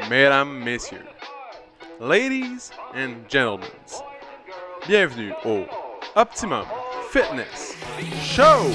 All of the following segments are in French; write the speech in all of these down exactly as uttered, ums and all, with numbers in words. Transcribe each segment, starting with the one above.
mesdames, messieurs, ladies and gentlemen, bienvenue au Optimum Fitness Show!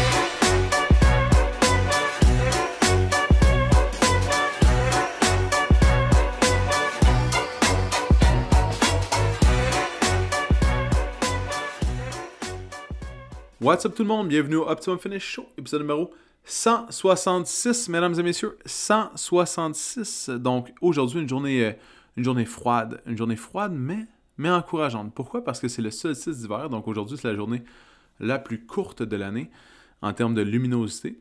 What's up tout le monde, bienvenue au Optimum Fitness Show, épisode numéro cent soixante-six, mesdames et messieurs, cent soixante-six. Donc aujourd'hui, une journée, euh, une journée froide, une journée froide mais, mais encourageante. Pourquoi? Parce que c'est le solstice d'hiver, donc aujourd'hui c'est la journée la plus courte de l'année en termes de luminosité.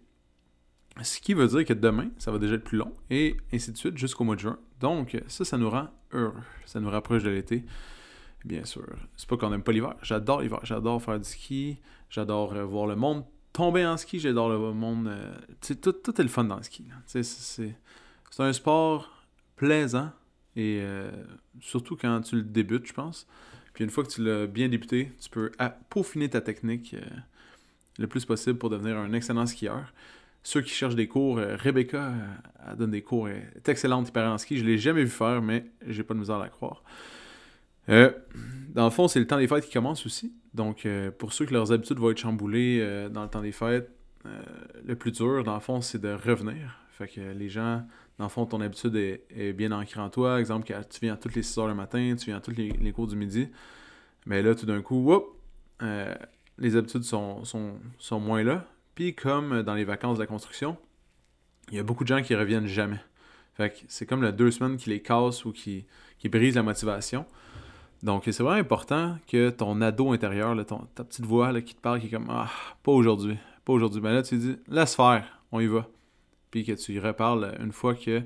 Ce qui veut dire que demain, ça va déjà être plus long, et ainsi de suite jusqu'au mois de juin. Donc ça, ça nous rend heureux, ça nous rapproche de l'été. Bien sûr. C'est pas qu'on n'aime pas l'hiver. J'adore l'hiver. J'adore faire du ski. J'adore euh, voir le monde tomber en ski. J'adore le monde... Euh, tu sais, tout, tout est le fun dans le ski. C'est, c'est, c'est un sport plaisant. Et euh, surtout quand tu le débutes, je pense. Puis une fois que tu l'as bien débuté, tu peux à, peaufiner ta technique euh, le plus possible pour devenir un excellent skieur. Ceux qui cherchent des cours, euh, Rebecca, euh, elle donne des cours. Elle est excellente hyper en ski. Je ne l'ai jamais vu faire, mais j'ai pas de misère à la croire. Euh, dans le fond, c'est le temps des fêtes qui commence aussi. Donc, euh, pour ceux que leurs habitudes vont être chamboulées euh, dans le temps des fêtes, euh, le plus dur, dans le fond, c'est de revenir. Fait que les gens, dans le fond, ton habitude est, est bien ancrée en toi. Exemple, que tu viens à toutes les six heures le matin, tu viens à tous les, les cours du midi. Mais là, tout d'un coup, whoop, euh, les habitudes sont, sont, sont moins là. Puis, comme dans les vacances de la construction, il y a beaucoup de gens qui reviennent jamais. Fait que c'est comme les deux semaines qui les cassent ou qui, qui brisent la motivation. Donc, c'est vraiment important que ton ado intérieur, là, ton, ta petite voix là, qui te parle, qui est comme « Ah, pas aujourd'hui, pas aujourd'hui ». Ben là, tu te dis « Laisse faire, on y va ». Puis que tu y reparles une fois que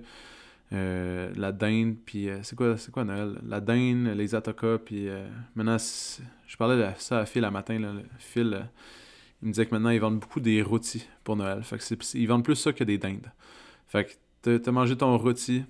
euh, la dinde, puis euh, c'est quoi c'est quoi Noël? La dinde, les atokas, puis euh, maintenant, je parlais de ça à Phil à matin, là, Phil, euh, il me disait que maintenant, ils vendent beaucoup des rôtis pour Noël. Fait que c'est, ils vendent plus ça que des dindes. Fait que t'as, t'as mangé ton rôti,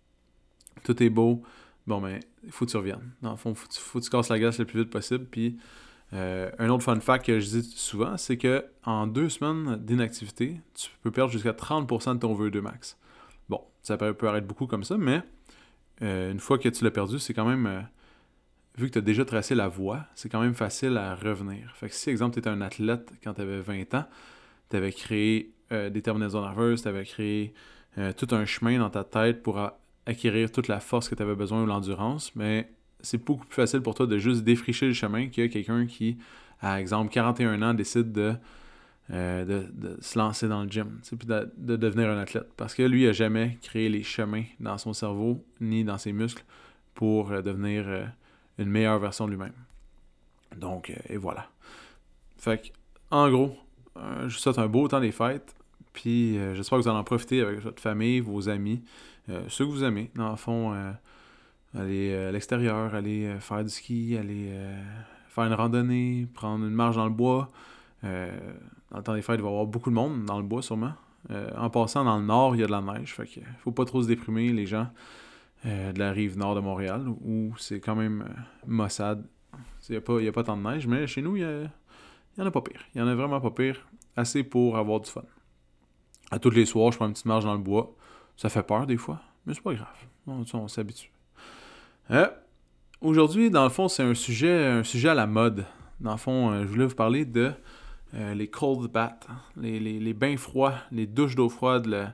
tout est beau. Bon, ben, il faut que tu reviennes. Dans le fond, il faut, faut que tu casses la glace le plus vite possible. Puis, euh, un autre fun fact que je dis souvent, c'est que en deux semaines d'inactivité, tu peux perdre jusqu'à trente pour cent de ton V E deux max. Bon, ça peut paraître beaucoup comme ça, mais euh, une fois que tu l'as perdu, c'est quand même... Euh, vu que tu as déjà tracé la voie, c'est quand même facile à revenir. Fait que si, exemple, tu étais un athlète quand tu avais vingt ans, tu avais créé euh, des terminaisons nerveuses, tu avais créé euh, tout un chemin dans ta tête pour... A- acquérir toute la force que tu avais besoin ou l'endurance, mais c'est beaucoup plus facile pour toi de juste défricher le chemin que quelqu'un qui, à exemple, quarante et un ans, décide de, euh, de, de se lancer dans le gym, puis de, de devenir un athlète. Parce que lui, il n'a jamais créé les chemins dans son cerveau ni dans ses muscles pour euh, devenir euh, une meilleure version de lui-même. Donc, euh, et voilà. Fait que, en gros, euh, je vous souhaite un beau temps des fêtes, puis euh, j'espère que vous allez en profiter avec votre famille, vos amis, Euh, ceux que vous aimez, dans le fond, euh, aller euh, à l'extérieur, aller euh, faire du ski, aller euh, faire une randonnée, prendre une marche dans le bois. Euh, dans le temps des fêtes, il va y avoir beaucoup de monde dans le bois, sûrement. Euh, en passant, dans le nord, il y a de la neige, fait que faut pas trop se déprimer, les gens euh, de la rive nord de Montréal, où c'est quand même euh, maussade. Il n'y a, pas- y a pas tant de neige, mais chez nous, il y, y en a pas pire. Il y en a vraiment pas pire, assez pour avoir du fun. À tous les soirs, je prends une petite marche dans le bois. Ça fait peur des fois, mais c'est pas grave. On, on s'habitue. Euh, aujourd'hui, dans le fond, c'est un sujet, un sujet à la mode. Dans le fond, euh, je voulais vous parler de euh, les cold baths, les, les, les bains froids, les douches d'eau froide. Le...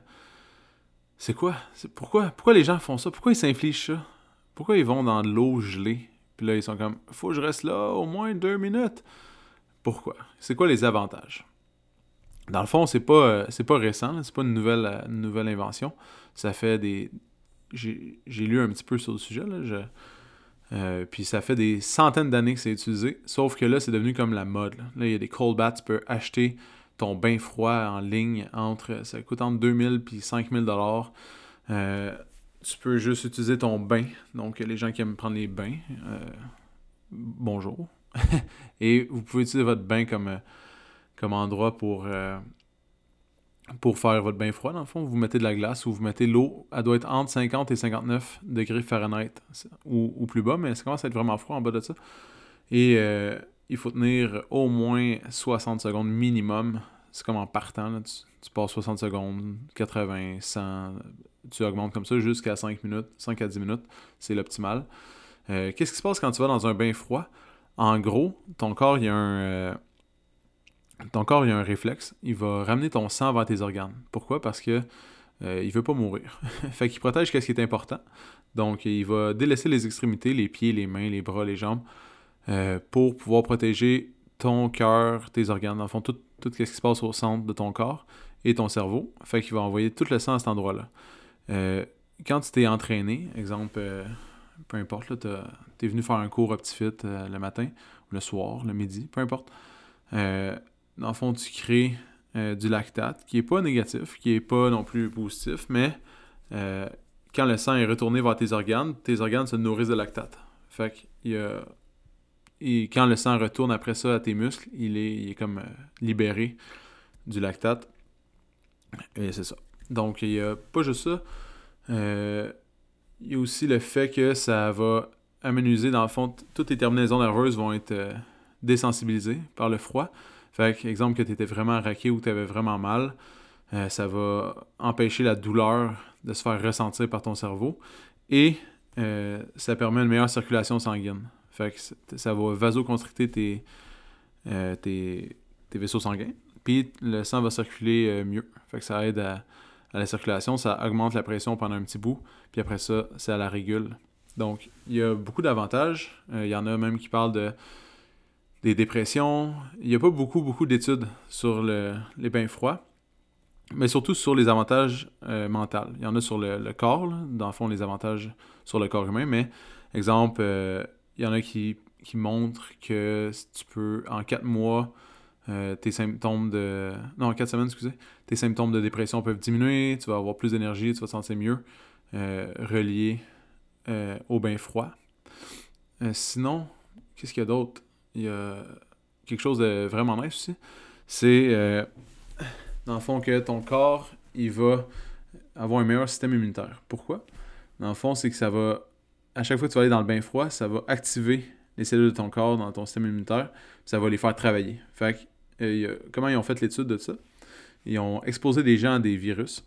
C'est quoi? C'est pourquoi? Pourquoi les gens font ça? Pourquoi ils s'infligent ça? Pourquoi ils vont dans de l'eau gelée? Puis là, ils sont comme, faut que je reste là au moins deux minutes. Pourquoi? C'est quoi les avantages? Dans le fond, c'est pas, euh, c'est pas récent, là, c'est pas une nouvelle, euh, une nouvelle invention. Ça fait des... J'ai, j'ai lu un petit peu sur le sujet, là, je... euh, puis ça fait des centaines d'années que c'est utilisé, sauf que là, c'est devenu comme la mode. Là, là il y a des cold baths, tu peux acheter ton bain froid en ligne, entre ça coûte entre deux mille et cinq mille dollars. Euh, tu peux juste utiliser ton bain, donc les gens qui aiment prendre les bains, euh, bonjour. Et vous pouvez utiliser votre bain comme... Euh, comme endroit pour, euh, pour faire votre bain froid, dans le fond. Vous mettez de la glace ou vous mettez l'eau, elle doit être entre cinquante et cinquante-neuf degrés Fahrenheit ou, ou plus bas, mais ça commence à être vraiment froid en bas de ça. Et euh, il faut tenir au moins soixante secondes minimum. C'est comme en partant, là, tu, tu passes soixante secondes, quatre-vingts, cent, tu augmentes comme ça jusqu'à cinq minutes, cinq à dix minutes, c'est l'optimal. Euh, qu'est-ce qui se passe quand tu vas dans un bain froid? En gros, ton corps, il y a un... euh, ton corps, il y a un réflexe. Il va ramener ton sang vers tes organes. Pourquoi? Parce que euh, il veut pas mourir. Fait qu'il protège ce qui est important. Donc, il va délaisser les extrémités, les pieds, les mains, les bras, les jambes, euh, pour pouvoir protéger ton cœur, tes organes. Dans le fond, tout, tout ce qui se passe au centre de ton corps et ton cerveau. Fait qu'il va envoyer tout le sang à cet endroit-là. Euh, quand tu t'es entraîné, exemple, euh, peu importe, là, t'es venu faire un cours OptiFit euh, le matin, le soir, le midi, peu importe. Euh, dans le fond, tu crées euh, du lactate, qui n'est pas négatif, qui n'est pas non plus positif, mais euh, quand le sang est retourné vers tes organes, tes organes se nourrissent de lactate. Fait que il y a... Et quand le sang retourne après ça à tes muscles, il est, il est comme euh, libéré du lactate. Et c'est ça. Donc, il n'y a pas juste ça. Euh, il y a aussi le fait que ça va amenuiser, dans le fond, t- toutes tes terminaisons nerveuses vont être euh, désensibilisées par le froid. Fait que, exemple, que tu étais vraiment raqué ou tu avais vraiment mal, euh, ça va empêcher la douleur de se faire ressentir par ton cerveau. Et euh, ça permet une meilleure circulation sanguine. Fait que ça va vasoconstricter tes, euh, tes, tes vaisseaux sanguins. Puis le sang va circuler euh, mieux. Fait que ça aide à, à la circulation, ça augmente la pression pendant un petit bout. Puis après ça, ça la régule. Donc, il y a beaucoup d'avantages. Euh, il y en a même qui parlent de des dépressions. Il n'y a pas beaucoup, beaucoup d'études sur le, les bains froids, mais surtout sur les avantages euh, mentaux. Il y en a sur le, le corps, là, dans le fond, les avantages sur le corps humain, mais, exemple, euh, il y en a qui, qui montrent que si tu peux, en quatre mois, euh, tes symptômes de... Non, en quatre semaines, excusez, tes symptômes de dépression peuvent diminuer, tu vas avoir plus d'énergie, tu vas te sentir mieux, euh, relié euh, au bain froid. Euh, sinon, qu'est-ce qu'il y a d'autre? Il y a quelque chose de vraiment nice aussi. C'est, euh, dans le fond, que ton corps, il va avoir un meilleur système immunitaire. Pourquoi? Dans le fond, c'est que ça va, à chaque fois que tu vas aller dans le bain froid, ça va activer les cellules de ton corps dans ton système immunitaire, ça va les faire travailler. Fait que, euh, comment ils ont fait l'étude de ça? Ils ont exposé des gens à des virus.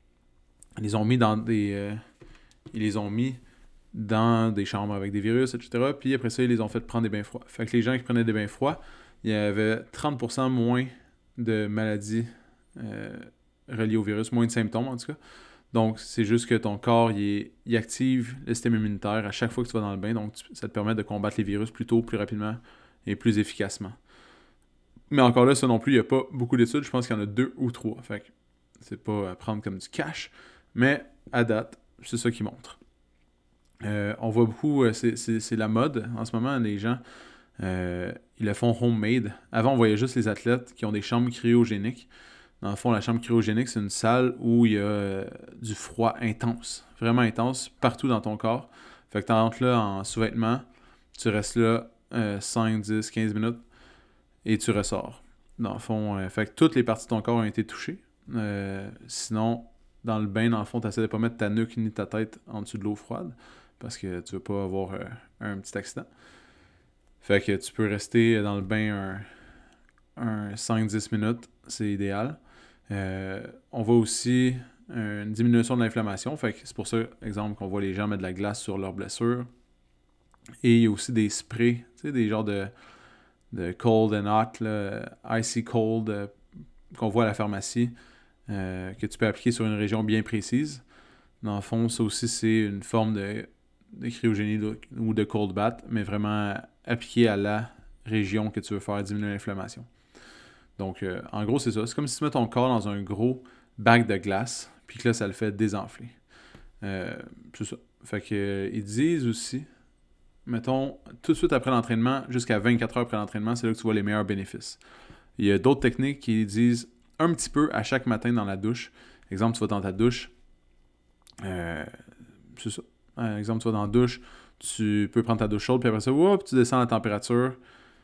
Ils les ont mis dans des... Euh, ils les ont mis dans des chambres avec des virus, et cetera. Puis après ça, ils les ont fait prendre des bains froids. Fait que les gens qui prenaient des bains froids, il y avait trente pour cent moins de maladies euh, reliées au virus, moins de symptômes en tout cas. Donc, c'est juste que ton corps, il, est, il active le système immunitaire à chaque fois que tu vas dans le bain. Donc, tu, ça te permet de combattre les virus plus tôt, plus rapidement et plus efficacement. Mais encore là, ça non plus, il n'y a pas beaucoup d'études. Je pense qu'il y en a deux ou trois. Fait que c'est pas à prendre comme du cash. Mais à date, c'est ça qui montre. Euh, on voit beaucoup, euh, c'est, c'est, c'est la mode en ce moment, les gens, euh, ils le font homemade. Avant, on voyait juste les athlètes qui ont des chambres cryogéniques. Dans le fond, la chambre cryogénique, c'est une salle où il y a euh, du froid intense, vraiment intense, partout dans ton corps. Fait que tu entres là en sous-vêtements, tu restes là euh, cinq, dix, quinze minutes et tu ressors. Dans le fond, euh, fait que toutes les parties de ton corps ont été touchées. Euh, sinon, dans le bain, dans le fond, tu essaies de pas mettre ta nuque ni ta tête en dessous de l'eau froide parce que tu veux pas avoir euh, un petit accident. Fait que tu peux rester dans le bain un, un cinq dix minutes, c'est idéal. Euh, on voit aussi une diminution de l'inflammation. Fait que c'est pour ça, exemple, qu'on voit les gens mettre de la glace sur leurs blessures. Et il y a aussi des sprays, tu sais, des genres de, de cold and hot, là, icy cold, euh, qu'on voit à la pharmacie, euh, que tu peux appliquer sur une région bien précise. Dans le fond, ça aussi, c'est une forme de, de cryogénie de, ou de cold bath, mais vraiment appliqué à la région que tu veux faire diminuer l'inflammation. Donc, euh, en gros, c'est ça. C'est comme si tu mets ton corps dans un gros bac de glace, puis que là, ça le fait désenfler. Euh, c'est ça. Fait que, euh, ils disent aussi, mettons, tout de suite après l'entraînement, jusqu'à vingt-quatre heures après l'entraînement, c'est là que tu vois les meilleurs bénéfices. Il y a d'autres techniques qui disent un petit peu à chaque matin dans la douche. Exemple, tu vas dans ta douche, euh, c'est ça. Euh, exemple, tu vas dans la douche, tu peux prendre ta douche chaude, puis après ça, whoop, tu descends la température,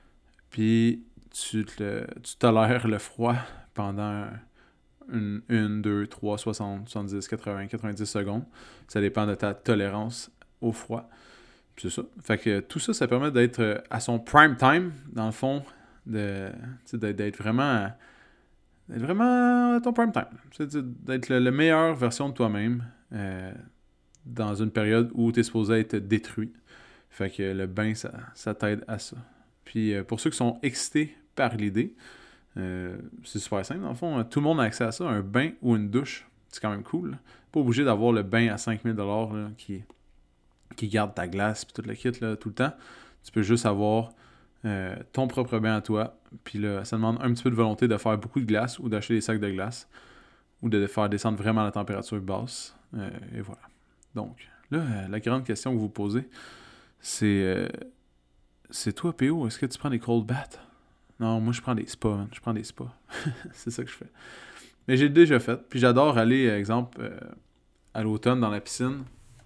puis tu, te, tu tolères le froid pendant une, une deux, trois, soixante, soixante-dix, quatre-vingts, quatre-vingt-dix secondes. Ça dépend de ta tolérance au froid. Puis c'est ça. Fait que tout ça, ça permet d'être à son prime time, dans le fond, de, d'être vraiment... d'être vraiment à ton prime time. C'est d'être la, la meilleure version de toi-même. euh, dans une période où tu es supposé être détruit. Fait que le bain, ça, ça t'aide à ça. Puis euh, pour ceux qui sont excités par l'idée, euh, c'est super simple. Dans le fond, tout le monde a accès à ça. Un bain ou une douche, c'est quand même cool. Là. Pas obligé d'avoir le bain à cinq mille dollars là, qui, qui garde ta glace et tout le kit là, tout le temps. Tu peux juste avoir euh, ton propre bain à toi. Puis là, ça demande un petit peu de volonté de faire beaucoup de glace ou d'acheter des sacs de glace ou de faire descendre vraiment la température basse. Euh, et voilà. Donc, là, la grande question que vous vous posez, c'est... Euh, c'est toi, P O, est-ce que tu prends des cold baths? Non, moi, je prends des spas, man. Je prends des spas. C'est ça que je fais. Mais j'ai déjà fait. Puis j'adore aller, exemple, euh, à l'automne dans la piscine.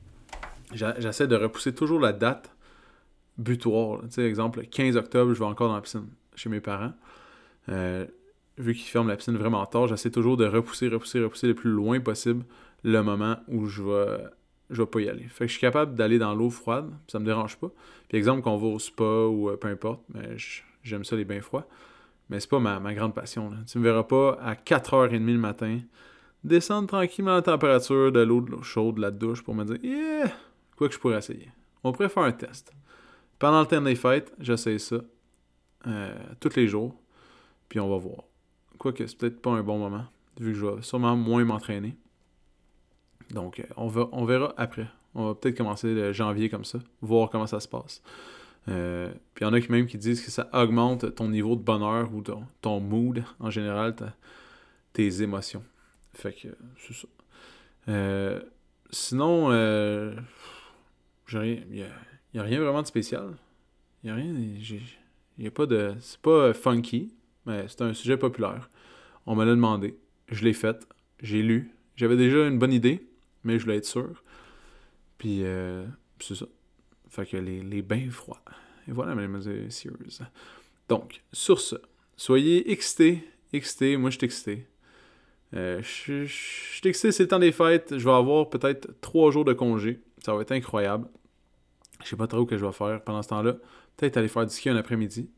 J'a- j'essaie de repousser toujours la date butoir. Tu sais, exemple, le quinze octobre, je vais encore dans la piscine chez mes parents. Euh, vu qu'ils ferment la piscine vraiment tard, j'essaie toujours de repousser, repousser, repousser le plus loin possible le moment où je vais, je vais pas y aller. Fait que je suis capable d'aller dans l'eau froide, ça me dérange pas. Puis exemple, qu'on va au spa ou euh, peu importe, mais je- j'aime ça les bains froids. Mais c'est pas ma, ma grande passion. Là. Tu me verras pas à quatre heures trente le matin descendre tranquillement la température de l'eau de l'eau chaude de la douche pour me dire « Yeah! » Quoi que je pourrais essayer. On pourrait faire un test. Pendant le temps des fêtes, j'essaie ça euh, tous les jours. Puis on va voir. Quoique c'est peut-être pas un bon moment, vu que je vais sûrement moins m'entraîner. Donc, euh, on, va, on verra après. On va peut-être commencer le janvier comme ça, voir comment ça se passe. Euh, puis il y en a qui même qui disent que ça augmente ton niveau de bonheur ou ton, ton mood en général, ta, tes émotions. Fait que c'est ça. Euh, sinon, euh, j'ai rien. Il n'y a, a rien vraiment de spécial. Il n'y a rien. Il n'y a pas de. C'est pas funky, mais c'est un sujet populaire. On me l'a demandé. Je l'ai fait. J'ai lu. J'avais déjà une bonne idée, mais je voulais être sûr. Puis, euh, c'est ça. Fait que les, les bains froids. Et voilà, mesdames et messieurs. Donc, sur ce, soyez excités. Excités. Moi, je suis excité. Euh, je je suis excité, c'est le temps des fêtes. Je vais avoir peut-être trois jours de congé. Ça va être incroyable. Je sais pas trop ce que je vais faire pendant ce temps-là. Peut-être aller faire du ski un après-midi.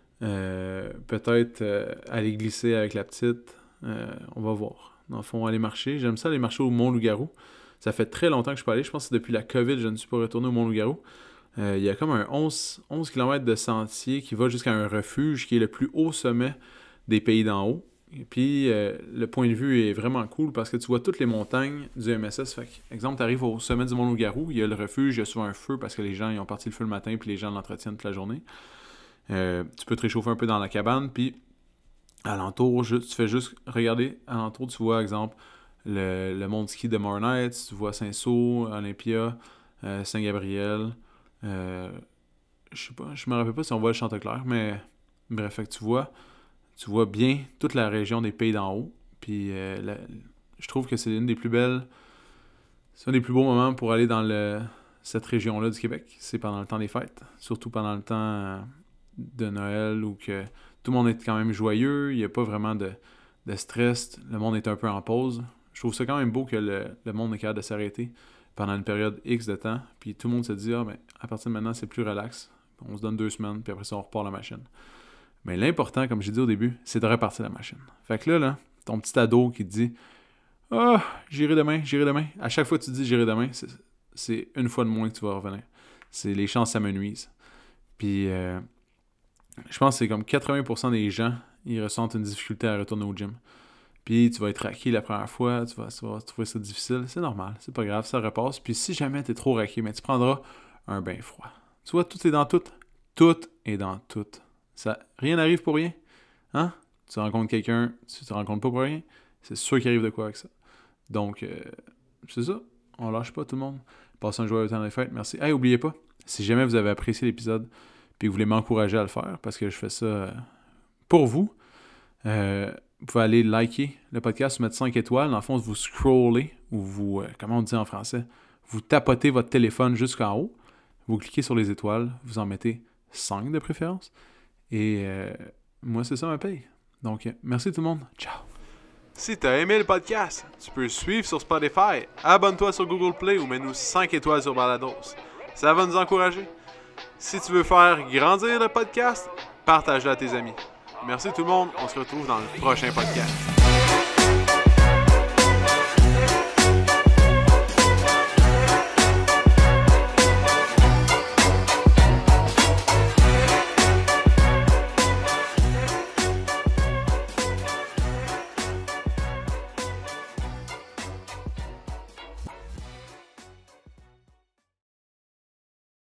Euh, peut-être euh, aller glisser avec la petite. Euh, on va voir. Dans le fond, aller marcher. J'aime ça aller marcher au Mont-Loup-Garou. Ça fait très longtemps que je peux aller. Je pense que depuis la COVID, je ne suis pas retourné au Mont-Loup-Garou. Euh, il y a comme un onze, onze kilomètres de sentier qui va jusqu'à un refuge qui est le plus haut sommet des pays d'en haut. Et puis, euh, le point de vue est vraiment cool parce que tu vois toutes les montagnes du M S S. Fait que, exemple, tu arrives au sommet du Mont-Loup-Garou, il y a le refuge, il y a souvent un feu parce que les gens ils ont parti le feu le matin puis les gens l'entretiennent toute la journée. Euh, tu peux te réchauffer un peu dans la cabane, puis alentour, tu fais juste regarder alentour, tu vois, exemple, le, le mont de ski de Mornay, tu vois Saint-Saul, Olympia, euh, Saint-Gabriel. Euh, je sais pas, je me rappelle pas si on voit le Chanteclair, mais bref, fait que tu vois, tu vois bien toute la région des pays d'en haut. Puis euh, la, je trouve que c'est une des plus belles, c'est un des plus beaux moments pour aller dans le, cette région-là du Québec. C'est pendant le temps des fêtes, surtout pendant le temps euh, de Noël où que tout le monde est quand même joyeux, il n'y a pas vraiment de, de stress, le monde est un peu en pause. Je trouve ça quand même beau que le, le monde est capable de s'arrêter pendant une période X de temps, puis tout le monde se dit « Ah, ben, à partir de maintenant, c'est plus relax. On se donne deux semaines, puis après ça, on repart la machine. » Mais l'important, comme j'ai dit au début, c'est de repartir la machine. Fait que là, là ton petit ado qui te dit « Ah, oh, j'irai demain, j'irai demain. » À chaque fois que tu dis « j'irai demain », c'est, c'est une fois de moins que tu vas revenir. C'est les chances s'amenuisent. Puis, euh, je pense que c'est comme quatre-vingts pour cent des gens, ils ressentent une difficulté à retourner au gym. Puis tu vas être raqué la première fois, tu vas, tu vas trouver ça difficile. C'est normal, c'est pas grave, ça repasse. Puis si jamais t'es trop raqué, mais tu prendras un bain froid. Tu vois, tout est dans tout. Tout est dans tout. Ça, rien n'arrive pour rien. Hein? Tu rencontres quelqu'un, tu te rencontres pas pour rien. C'est sûr qu'il arrive de quoi avec ça. Donc, euh, c'est ça. On lâche pas tout le monde. Passez un joyeux temps des fêtes. Merci. Hey, oubliez pas, si jamais vous avez apprécié l'épisode puis que vous voulez m'encourager à le faire, parce que je fais ça euh, pour vous, euh, vous pouvez aller liker le podcast, mettre cinq étoiles. Dans le fond, vous scrollez, ou vous, euh, comment on dit en français, vous tapotez votre téléphone jusqu'en haut, vous cliquez sur les étoiles, vous en mettez cinq de préférence, et euh, moi, c'est ça ma paye. Donc, euh, merci tout le monde. Ciao! Si t'as aimé le podcast, tu peux suivre sur Spotify, abonne-toi sur Google Play ou mets-nous cinq étoiles sur Balados. Ça va nous encourager. Si tu veux faire grandir le podcast, partage-le à tes amis. Merci tout le monde, on se retrouve dans le prochain podcast.